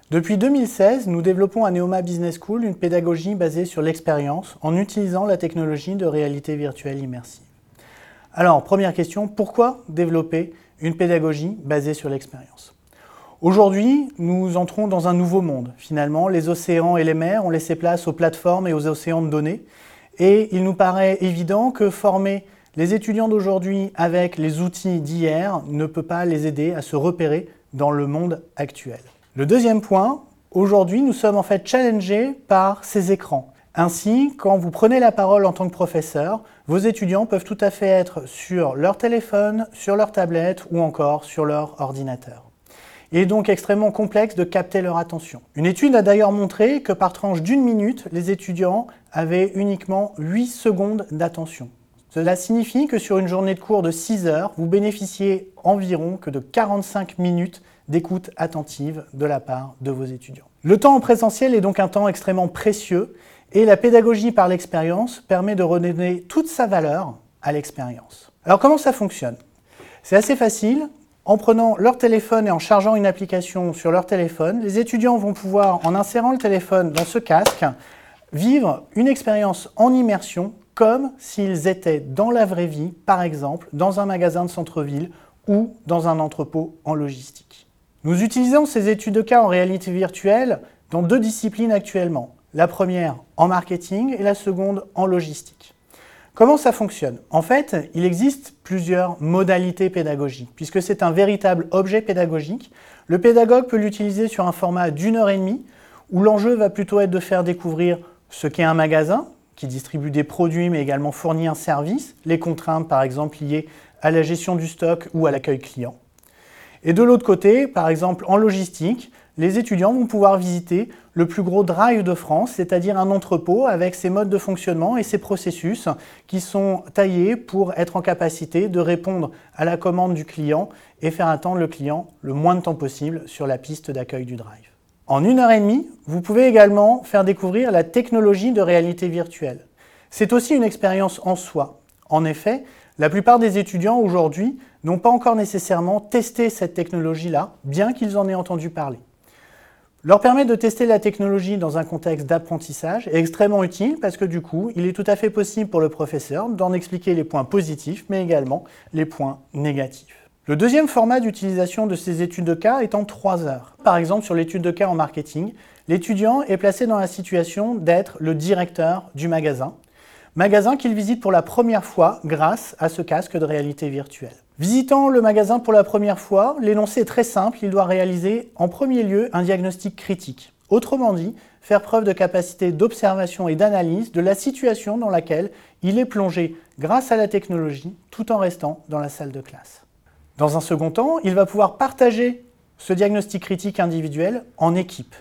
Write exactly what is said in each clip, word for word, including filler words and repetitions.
Depuis deux mille seize, nous développons à Neoma Business School une pédagogie basée sur l'expérience en utilisant la technologie de réalité virtuelle immersive. Alors, première question, pourquoi développer une pédagogie basée sur l'expérience? Aujourd'hui, nous entrons dans un nouveau monde. Finalement, les océans et les mers ont laissé place aux plateformes et aux océans de données. Et il nous paraît évident que former les étudiants d'aujourd'hui avec les outils d'hier ne peut pas les aider à se repérer dans le monde actuel. Le deuxième point, aujourd'hui, nous sommes en fait challengés par ces écrans. Ainsi, quand vous prenez la parole en tant que professeur, vos étudiants peuvent tout à fait être sur leur téléphone, sur leur tablette ou encore sur leur ordinateur. Il est donc extrêmement complexe de capter leur attention. Une étude a d'ailleurs montré que par tranche d'une minute, les étudiants avaient uniquement huit secondes d'attention. Cela signifie que sur une journée de cours de six heures, vous bénéficiez environ que de quarante-cinq minutes d'écoute attentive de la part de vos étudiants. Le temps en présentiel est donc un temps extrêmement précieux et la pédagogie par l'expérience permet de redonner toute sa valeur à l'expérience. Alors comment ça fonctionne? C'est assez facile. En prenant leur téléphone et en chargeant une application sur leur téléphone, les étudiants vont pouvoir, en insérant le téléphone dans ce casque, vivre une expérience en immersion comme s'ils étaient dans la vraie vie, par exemple dans un magasin de centre-ville ou dans un entrepôt en logistique. Nous utilisons ces études de cas en réalité virtuelle dans deux disciplines actuellement. La première en marketing et la seconde en logistique. Comment ça fonctionne? En fait, il existe plusieurs modalités pédagogiques. Puisque c'est un véritable objet pédagogique, le pédagogue peut l'utiliser sur un format d'une heure et demie, où l'enjeu va plutôt être de faire découvrir ce qu'est un magasin, qui distribue des produits mais également fournit un service, les contraintes par exemple liées à la gestion du stock ou à l'accueil client. Et de l'autre côté, par exemple en logistique, les étudiants vont pouvoir visiter le plus gros drive de France, c'est-à-dire un entrepôt avec ses modes de fonctionnement et ses processus qui sont taillés pour être en capacité de répondre à la commande du client et faire attendre le client le moins de temps possible sur la piste d'accueil du drive. En une heure et demie, vous pouvez également faire découvrir la technologie de réalité virtuelle. C'est aussi une expérience en soi. En effet, la plupart des étudiants aujourd'hui n'ont pas encore nécessairement testé cette technologie-là, bien qu'ils en aient entendu parler. Leur permettre de tester la technologie dans un contexte d'apprentissage est extrêmement utile parce que du coup, il est tout à fait possible pour le professeur d'en expliquer les points positifs, mais également les points négatifs. Le deuxième format d'utilisation de ces études de cas est en trois heures. Par exemple, sur l'étude de cas en marketing, l'étudiant est placé dans la situation d'être le directeur du magasin, magasin qu'il visite pour la première fois grâce à ce casque de réalité virtuelle. Visitant le magasin pour la première fois, l'énoncé est très simple, il doit réaliser en premier lieu un diagnostic critique. Autrement dit, faire preuve de capacité d'observation et d'analyse de la situation dans laquelle il est plongé grâce à la technologie, tout en restant dans la salle de classe. Dans un second temps, il va pouvoir partager ce diagnostic critique individuel en équipe.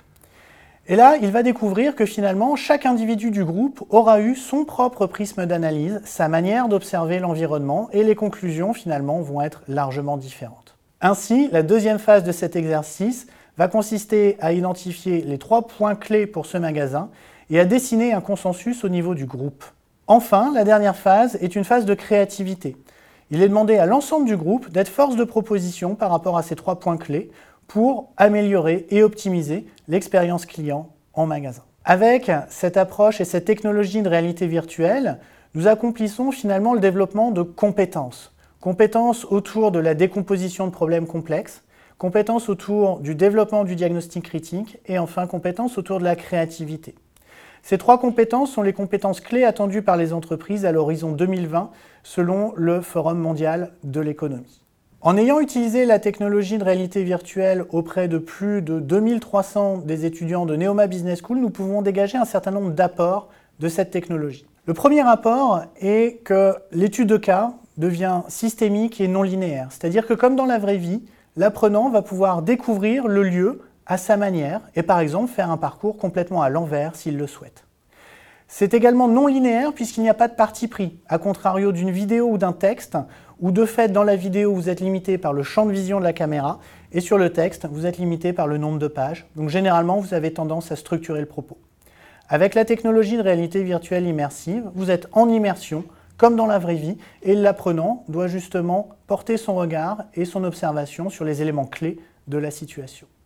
Et là, il va découvrir que finalement, chaque individu du groupe aura eu son propre prisme d'analyse, sa manière d'observer l'environnement, et les conclusions finalement vont être largement différentes. Ainsi, la deuxième phase de cet exercice va consister à identifier les trois points clés pour ce magasin et à dessiner un consensus au niveau du groupe. Enfin, la dernière phase est une phase de créativité. Il est demandé à l'ensemble du groupe d'être force de proposition par rapport à ces trois points clés pour améliorer et optimiser l'expérience client en magasin. Avec cette approche et cette technologie de réalité virtuelle, nous accomplissons finalement le développement de compétences. Compétences autour de la décomposition de problèmes complexes, compétences autour du développement du diagnostic critique et enfin compétences autour de la créativité. Ces trois compétences sont les compétences clés attendues par les entreprises à l'horizon deux mille vingt selon le Forum mondial de l'économie. En ayant utilisé la technologie de réalité virtuelle auprès de plus de deux mille trois cents des étudiants de Neoma Business School, nous pouvons dégager un certain nombre d'apports de cette technologie. Le premier apport est que l'étude de cas devient systémique et non linéaire. C'est-à-dire que comme dans la vraie vie, l'apprenant va pouvoir découvrir le lieu à sa manière et par exemple faire un parcours complètement à l'envers s'il le souhaite. C'est également non linéaire puisqu'il n'y a pas de parti pris, à contrario d'une vidéo ou d'un texte, où de fait dans la vidéo vous êtes limité par le champ de vision de la caméra et sur le texte vous êtes limité par le nombre de pages. Donc généralement vous avez tendance à structurer le propos. Avec la technologie de réalité virtuelle immersive, vous êtes en immersion comme dans la vraie vie et l'apprenant doit justement porter son regard et son observation sur les éléments clés de la situation.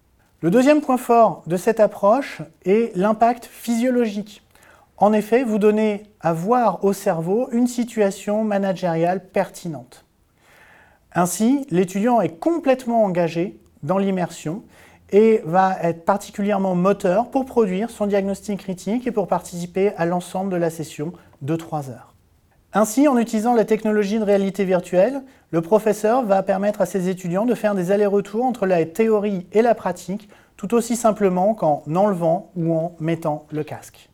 Le deuxième point fort de cette approche est l'impact physiologique. En effet, vous donnez à voir au cerveau une situation managériale pertinente. Ainsi, l'étudiant est complètement engagé dans l'immersion et va être particulièrement moteur pour produire son diagnostic critique et pour participer à l'ensemble de la session de trois heures. Ainsi, en utilisant la technologie de réalité virtuelle, le professeur va permettre à ses étudiants de faire des allers-retours entre la théorie et la pratique, tout aussi simplement qu'en enlevant ou en mettant le casque.